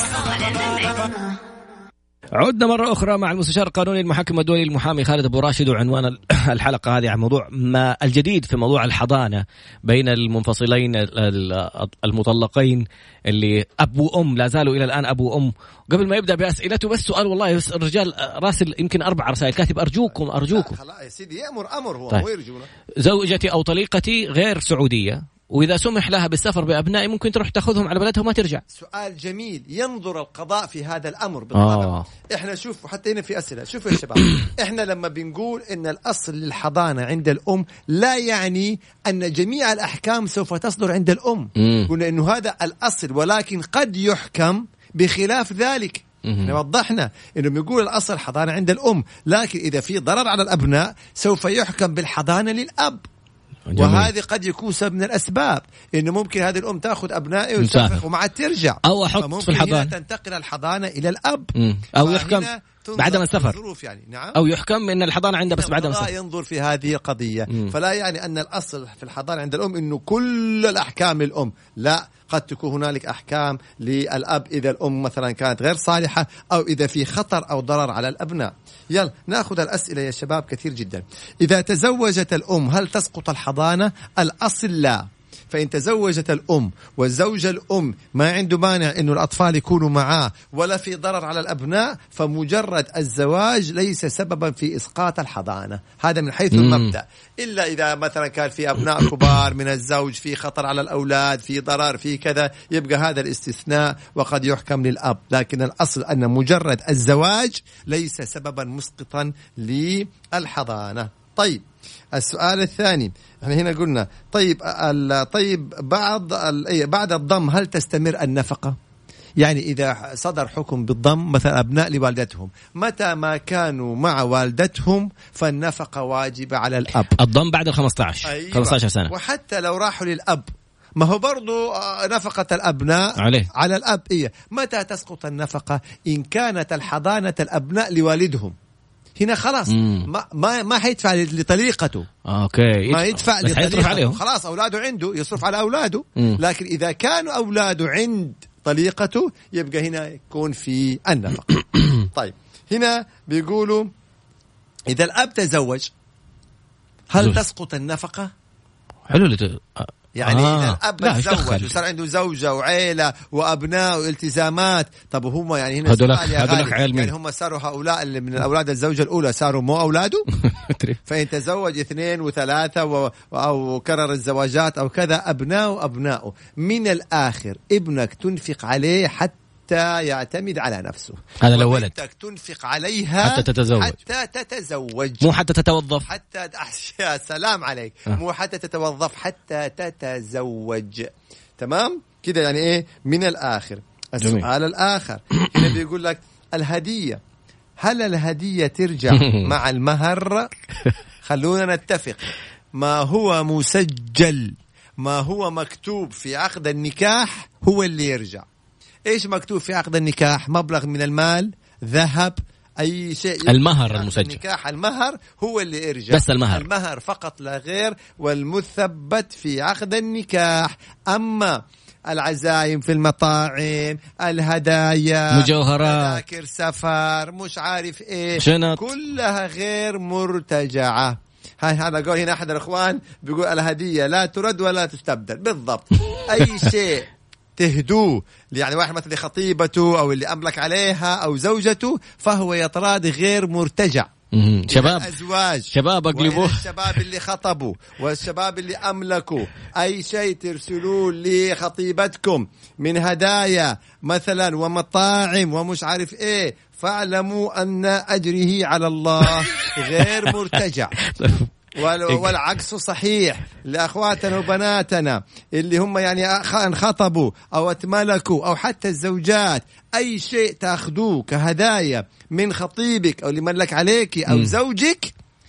عدنا مرة أخرى مع المستشار القانوني المحكم الدولي المحامي خالد أبو راشد، وعنوان الحلقة هذه عن موضوع ما الجديد في موضوع الحضانة بين المنفصلين المطلقين اللي أب وأم لا زالوا إلى الآن أب وأم. قبل ما يبدأ بأسئلته بس سؤال، والله بس الرجال راسل يمكن 4 رسائل كاتب أرجوكم خلاص يا سيدي أمر هو طيب. ويرجونا. زوجتي أو طليقتي غير سعودية، وإذا سمح لها بالسفر بأبنائي ممكن تروح تأخذهم على بلدها وما ترجع. سؤال جميل، ينظر القضاء في هذا الأمر بالطبع. إحنا شوف، حتى هنا في أسئلة، شوفوا يا شباب إحنا لما بنقول إن الأصل للحضانة عند الأم لا يعني أن جميع الأحكام سوف تصدر عند الأم. قلنا إنه هذا الأصل، ولكن قد يحكم بخلاف ذلك. وضحنا إنه بيقول الأصل حضانة عند الأم، لكن إذا في ضرر على الأبناء سوف يحكم بالحضانة للأب. جميل. وهذه قد يكون سبب من الأسباب، إنه ممكن هذه الأم تأخذ أبنائه وتسافر ومع ترجع، أو أحط في الحضانة تنتقل الحضانة إلى الأب، أو يحكم بعد ما السفر يعني. نعم. أو يحكم إن الحضانة عنده بس بعد ما السفر. ينظر في هذه القضية. فلا يعني أن الأصل في الحضانة عند الأم إنه كل الأحكام للأم، لا، قد تكون هنالك أحكام للأب إذا الأم مثلا كانت غير صالحة، أو إذا في خطر أو ضرر على الأبناء. يلا نأخذ الأسئلة يا شباب كثير جدا. إذا تزوجت الأم هل تسقط الحضانة؟ الأصل لا. فإن تزوجت الأم والزوج الأم ما عنده مانع إنه الأطفال يكونوا معاه ولا في ضرر على الأبناء، فمجرد الزواج ليس سببا في إسقاط الحضانة، هذا من حيث المبدأ. إلا إذا مثلا كان في أبناء كبار من الزوج، في خطر على الأولاد، في ضرر، في كذا، يبقى هذا الاستثناء وقد يحكم للأب. لكن الأصل أن مجرد الزواج ليس سببا مسقطا للحضانة. طيب السؤال الثاني، احنا هنا قلنا طيب بعد الضم هل تستمر النفقة؟ يعني إذا صدر حكم بالضم مثلا أبناء لوالدتهم، متى ما كانوا مع والدتهم فالنفقة واجبة على الأب. الضم بعد 15 أيوة. 15 سنة. وحتى لو راحوا للأب ما هو برضو نفقة الأبناء على الأب. متى تسقط النفقة؟ إن كانت الحضانة الأبناء لوالدهم، هنا خلاص ما حيدفع لطليقته. اوكي ما يدفع لطليقته، خلاص اولاده عنده يصرف على اولاده. لكن اذا كانوا اولاده عند طليقته يبقى هنا يكون في النفقة. طيب هنا بيقولوا اذا الاب تزوج هل تسقط النفقة؟ حلو يعني إذا الأب تزوج وصار عنده زوجة وعيلة وأبناء والتزامات، طب هم يعني هنا يعني هم صاروا هؤلاء اللي من الأولاد الزوجة الأولى صاروا مو أولاده. فإن تزوج 2 و3 أو كرر الزواجات أو كذا أبناءه من الآخر ابنك تنفق عليه حتى يعتمد على نفسه. هذا لو ولد تنفق عليها حتى تتزوج مو حتى تتوظف. حتى يا سلام عليك. مو حتى تتوظف حتى تتزوج. تمام كده يعني ايه من الآخر. السؤال الآخر هنا بيقول لك الهدية، هل الهدية ترجع مع المهر؟ خلونا نتفق، ما هو مسجل ما هو مكتوب في عقد النكاح هو اللي يرجع. ايش مكتوب في عقد النكاح؟ مبلغ من المال، ذهب، اي شيء. المهر المسجل النكاح المهر هو اللي يرجع، بس المهر فقط لا غير، والمثبت في عقد النكاح. اما العزايم في المطاعم، الهدايا، مجوهرات، تذاكر سفر، مش عارف ايه، شنط، كلها غير مرتجعة. هذا قول هنا احد الاخوان بيقول الهدية لا ترد ولا تستبدل. بالضبط. اي شيء تهدوه يعني واحد مثل خطيبته أو اللي أملك عليها أو زوجته فهو يطراد غير مرتجع. شباب أزواج، شباب أقلبوه، الشباب اللي خطبوا والشباب اللي أملكوا أي شيء ترسلوه لخطيبتكم من هدايا مثلا ومطاعم ومش عارف إيه، فاعلموا أن أجره على الله غير مرتجع. والعكس صحيح لأخواتنا وبناتنا اللي هم يعني انخطبوا أو اتملكوا أو حتى الزوجات، أي شيء تأخذوه كهدايا من خطيبك أو اللي ملك عليك أو زوجك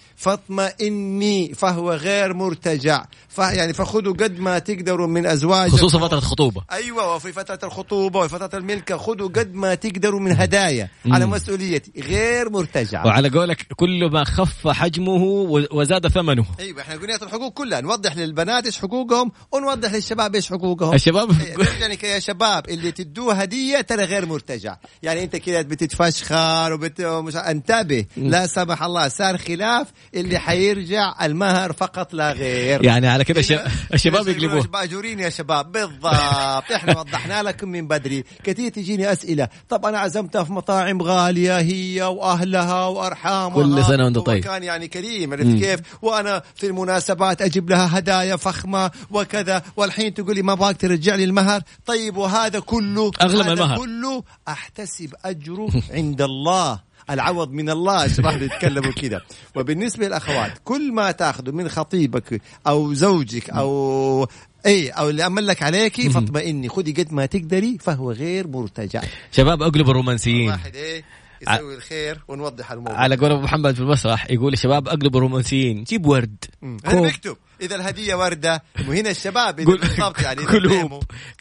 فاطمئني فهو غير مرتجع. يعني فخذوا قد ما تقدروا من أزواجكم، خصوصا فترة الخطوبة. أيوة، وفي فترة الخطوبة وفترة الملكة خذوا قد ما تقدروا من هدايا على مسؤوليتي غير مرتجع. وعلى قولك كل ما خف حجمه وزاد ثمنه. أيوة، إحنا قلنا الحقوق كلها، نوضح للبنات إيش حقوقهم ونوضح للشباب إيش حقوقهم. الشباب يعني يا شباب اللي تدوه هدية ترى غير مرتجع. يعني أنت كده بتتفشخر انتبه لا سمح الله صار خلاف اللي حيرجع المهر فقط لا غير. يعني على كده الشباب يقلبوه باجورين يا شباب. بالضبط. احنا وضحنا لكم من بدري. كثير تجيني أسئلة، طب أنا عزمتها في مطاعم غالية هي وأهلها وأرحامها كل سنة وانت طيب، كان يعني كريم، عرفت كيف؟ وأنا في المناسبات أجيب لها هدايا فخمة وكذا، والحين تقولي ما باك ترجع لي المهر. طيب وهذا كله أغلى من المهر كله أحتسب أجره عند الله، العوض من الله. الشباب يتكلموا كده. وبالنسبة للأخوات كل ما تأخذوا من خطيبك أو زوجك أو اللي أملك عليكي فاطمئني خذي قد ما تقدري فهو غير مرتجع. شباب أقلب الرومانسيين، واحد يسوي الخير ونوضح الموضوع. على قول أبو محمد في المسرح يقول الشباب أقلب الرومانسيين، جيب ورد. أنا بكتب إذا الهدية وردة، وهنا الشباب بالضبط يعني كلهم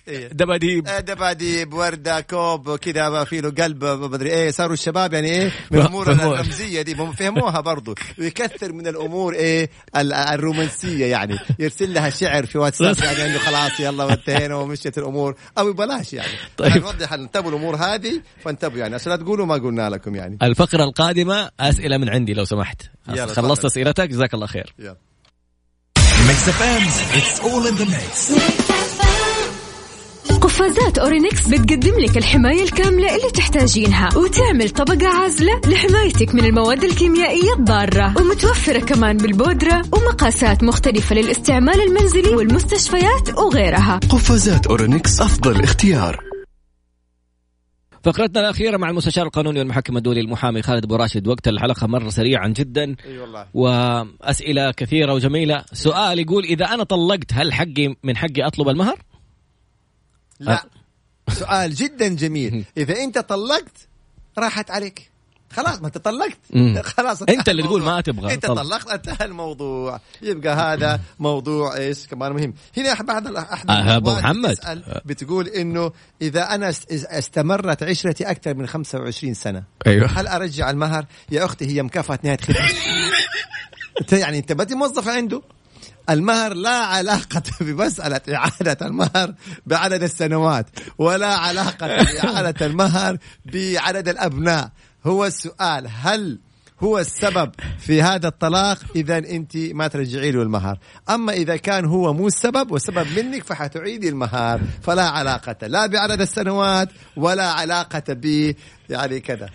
دباديب وردة كوب كذا في له قلب بدري إيه. صاروا الشباب يعني إيه من الأمور الرمزية دي فهموها برضو، ويكثر من الأمور إيه الرومانسية. يعني يرسل لها شعر في واتساب يعني إنه خلاص يلا وانتهينا ومشيت الأمور، أو بلاش يعني. طيب نوضح انتبهوا الأمور هذه فانتبهوا يعني عشان لا تقولوا ما قلنا لكم. يعني الفقرة القادمة أسئلة من عندي لو سمحت. خلصت أسئلتك جزاك الله خير. يلا. Mix FM, it's all in the mix. قفازات أورينكس بتقدم لك الحماية الكاملة اللي تحتاجينها وتعمل طبقة عازلة لحمايتك من المواد الكيميائية الضارة، ومتوفرة كمان بالبودرة ومقاسات مختلفة للاستعمال المنزلي والمستشفيات وغيرها. قفازات أورينكس أفضل اختيار. فقرتنا الأخيرة مع المستشار القانوني والمحكم الدولي المحامي خالد أبو راشد. وقت الحلقة مر سريعا جدا. والله. وأسئلة كثيرة وجميلة. سؤال يقول إذا أنا طلقت هل من حقي أطلب المهر؟ لا. سؤال جدا جميل. إذا أنت طلقت راحت عليك خلاص ما تطلقت خلاص انت اللي تقول ما تبغى انت طلقت انتهى الموضوع. يبقى هذا موضوع ايش كمان مهم. هنا بعد ابو محمد بتقول انه اذا انا استمرت عشرتي اكثر من 25 سنه أيوة. هل ارجع المهر؟ يا اختي هي مكافاه نهايه خدمه. يعني انت بدي موظف عنده. المهر لا علاقة بمسألة إعادة المهر بعدد السنوات ولا علاقة بإعادة المهر بعدد الأبناء. هو السؤال هل هو السبب في هذا الطلاق؟ إذا أنت ما ترجعي له المهر. أما إذا كان هو مو السبب وسبب منك فحتعيدي المهر. فلا علاقة لا بعدد السنوات ولا علاقة ب يعني كذا.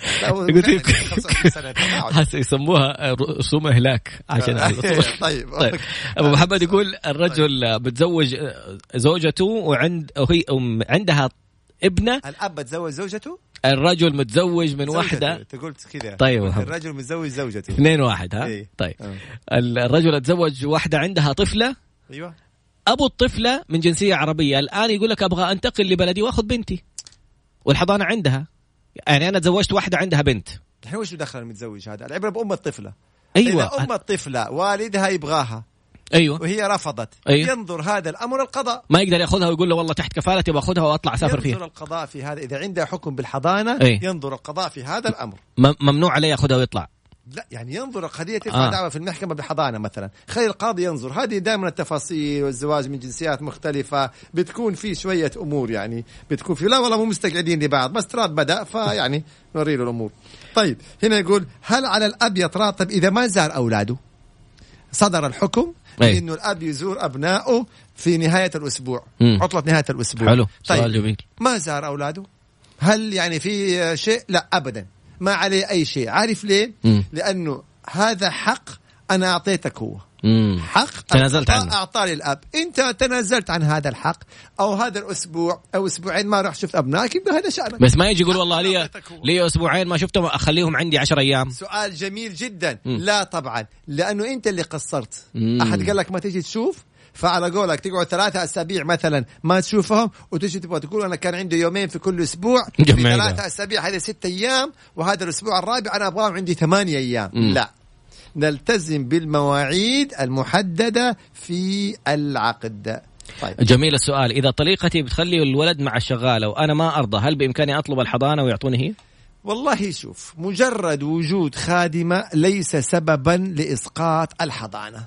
يسموها رسوم إهلاك عشان طيب أبو محمد يقول الرجل بتزوج زوجته وهي عندها ابنة. الأب تزوج زوجته. الرجل متزوج من واحدة. تقول كذا. طيب الرجل متزوج زوجته. 2-1 ها. إيه. طيب الرجل تزوج واحدة عندها طفلة. أيوة. أبو الطفلة من جنسية عربية الآن يقول لك أبغى أنتقل لبلدي وأخذ بنتي والحضانة عندها. يعني أنا تزوجت واحدة عندها بنت. الحين وش دخل المتزوج هذا؟ العبرة بأم الطفلة. أيوة. إذا أم الطفلة والدها يبغاها. أيوة. وهي رفضت. أيوة. ينظر هذا الأمر القضاء. ما يقدر يأخذها ويقول له والله تحت كفالتي وأخذها وأطلع أسافر فيها. ينظر القضاء في هذا. إذا عنده حكم بالحضانة ينظر القضاء في هذا الأمر. ممنوع عليه يأخذها ويطلع. لا يعني ينظر القضية ترفع دعوة في المحكمة بالحضانة مثلا. خلي القاضي ينظر. هذه دائما التفاصيل والزواج من جنسيات مختلفة بتكون في شوية أمور يعني بتكون في لا والله مو مستقعدين لبعض بس تراد بدأ فيعني نوري له الأمور. طيب هنا يقول هل على الأب يتراتب إذا ما زار أولاده؟ صدر الحكم إنه الأب يزور أبنائه في نهاية الأسبوع. عطلة نهاية الأسبوع. حلو. طيب سؤال جميل. ما زار أولاده هل يعني في شيء؟ لا أبدا ما عليه أي شيء. عارف ليه؟ لأنه هذا حق أنا أعطيتك هو حق تنازلت عنه. أعطاني الأب. أنت تنازلت عن هذا الحق أو هذا الأسبوع أو أسبوعين ما رح شفت أبنائك يبقى هذا شأنك. بس ما يجي يقول والله لي أسبوعين ما شفتهم أخليهم عندي 10 أيام. سؤال جميل جدا. لا طبعا لأنه أنت اللي قصرت. أحد قال لك ما تيجي تشوف فعلى قولك تقعد 3 أسابيع مثلا ما تشوفهم وتجي تبغى تقول أنا كان عندي يومين في كل أسبوع 3 أسابيع هذه 6 أيام وهذا الأسبوع الرابع أنا أبغاهم عندي 8 أيام. لا نلتزم بالمواعيد المحددة في العقد. طيب. جميل السؤال. إذا طليقتي بتخلي الولد مع الشغالة وأنا ما أرضى هل بإمكاني أطلب الحضانة ويعطوني هي؟ والله شوف مجرد وجود خادمة ليس سببا لإسقاط الحضانة.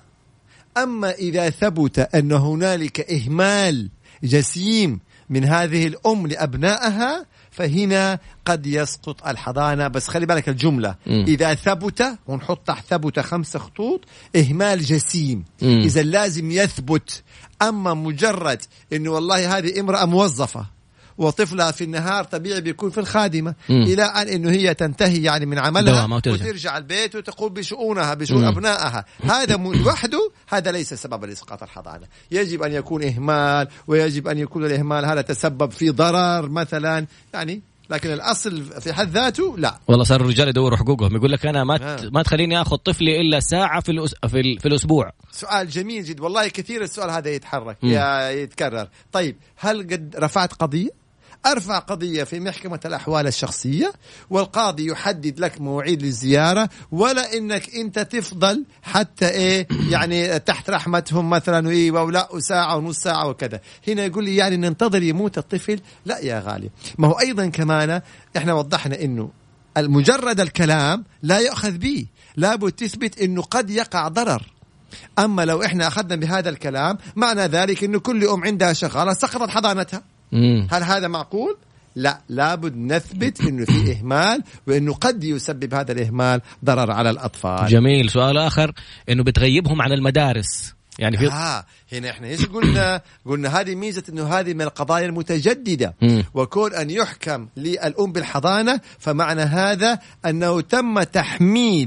أما إذا ثبت أن هنالك إهمال جسيم من هذه الأم لأبنائها فهنا قد يسقط الحضانة. بس خلي بالك الجملة إذا ثبت ونحط تحت ثبت 5 خطوط إهمال جسيم. إذا لازم يثبت. أما مجرد إنه والله هذه امرأة موظفة وطفلها في النهار طبيعي بيكون في الخادمة إلى أن إنه هي تنتهي يعني من عملها وترجع البيت وتقوم بشؤونها بشؤون أبنائها. هذا لوحده هذا ليس سبب لإسقاط الحضانة. يجب أن يكون إهمال ويجب أن يكون الإهمال هذا تسبب في ضرر مثلا يعني. لكن الأصل في حد ذاته لا. والله صار الرجال يدوروا حقوقهم يقول لك أنا ما تخليني أخذ طفلي إلا ساعة في الأسبوع. سؤال جميل جدا والله كثير السؤال هذا يتحرك يتكرر. طيب هل قد رفعت قضية؟ أرفع قضية في محكمة الأحوال الشخصية والقاضي يحدد لك موعد للزيارة ولا إنك أنت تفضل حتى يعني تحت رحمتهم مثلا ولا ساعة ونص ساعة وكذا. هنا يقول لي يعني ننتظر يموت الطفل. لا يا غالي ما هو أيضا كمان إحنا وضحنا إنه المجرد الكلام لا يأخذ به لابد تثبت إنه قد يقع ضرر. أما لو إحنا أخذنا بهذا الكلام معنى ذلك إنه كل أم عندها شغالة سقطت حضانتها. هل هذا معقول؟ لا لابد نثبت إنه في إهمال وإنه قد يسبب هذا الإهمال ضرر على الأطفال. جميل. سؤال آخر إنه بتغيبهم عن المدارس يعني في هنا إحنا إيش قلنا هذه ميزة إنه هذه من القضايا المتجددة. وكون أن يحكم للأم بالحضانة فمعنى هذا أنه تم تحميل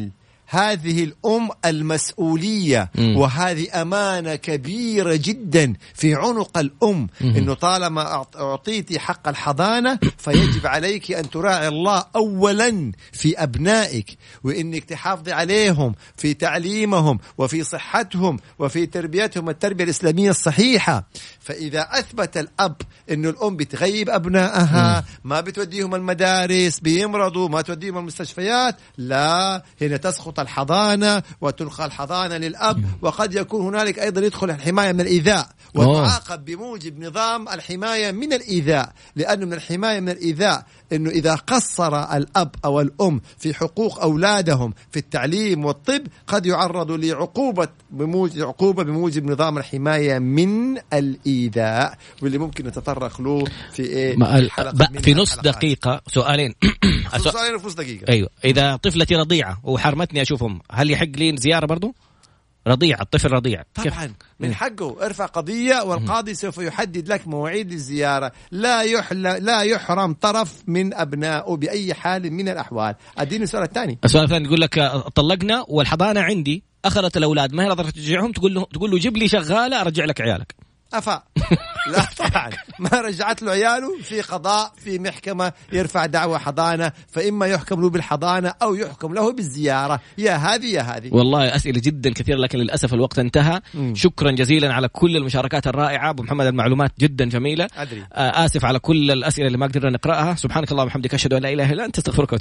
هذه الأم المسؤولية، وهذه أمانة كبيرة جدا في عنق الأم، إنه طالما أعطيتي حق الحضانة فيجب عليك أن تراعي الله أولا في أبنائك، وإنك تحافظي عليهم في تعليمهم وفي صحتهم وفي تربيتهم التربية الإسلامية الصحيحة. فإذا أثبت الأب إنه الأم بتغيب أبنائها، ما بتوديهم المدارس، بيمرضوا، ما توديهم المستشفيات، لا، هنا تسقط الحضانة وتنقل الحضانة للأب. وقد يكون هنالك أيضا يدخل الحماية من الإيذاء وتعاقب بموجب نظام الحماية من الإيذاء، لأنه من الحماية من الإيذاء إنه إذا قصر الأب أو الأم في حقوق أولادهم في التعليم والطب قد يعرضوا لعقوبة بموجب نظام الحماية من الإيذاء، واللي ممكن نتطرق له في في نص دقيقة. سؤالين سؤالين في نص دقيقة. أيوة، إذا طفلتي رضيعة وحرمتني أشوفهم، هل يحق لي زيارة برضو؟ رضيع، الطفل رضيع طبعا من حقه، ارفع قضية والقاضي سوف يحدد لك مواعيد الزيارة. لا يحرم طرف من أبنائه بأي حال من الأحوال. أديني السؤال الثاني. السؤال الثاني يقول لك طلقنا والحضانة عندي، أخذت الأولاد، ما هي قدرت ترجعهم، تقول له جيب لي شغالة أرجع لك عيالك. أفا لا طبعا ما رجعت له عياله، في قضاء في محكمة يرفع دعوى حضانة، فإما يحكم له بالحضانة أو يحكم له بالزيارة، يا هذه يا هذه. والله أسئلة جدا كثيرة لكن للأسف الوقت انتهى. شكرا جزيلا على كل المشاركات الرائعة أبو محمد، المعلومات جدا جميلة. أدري. آسف على كل الأسئلة اللي ما قدرنا نقرأها. سبحانك اللهم وبحمدك، أشهد أن لا إله إلا أنت، أستغفرك.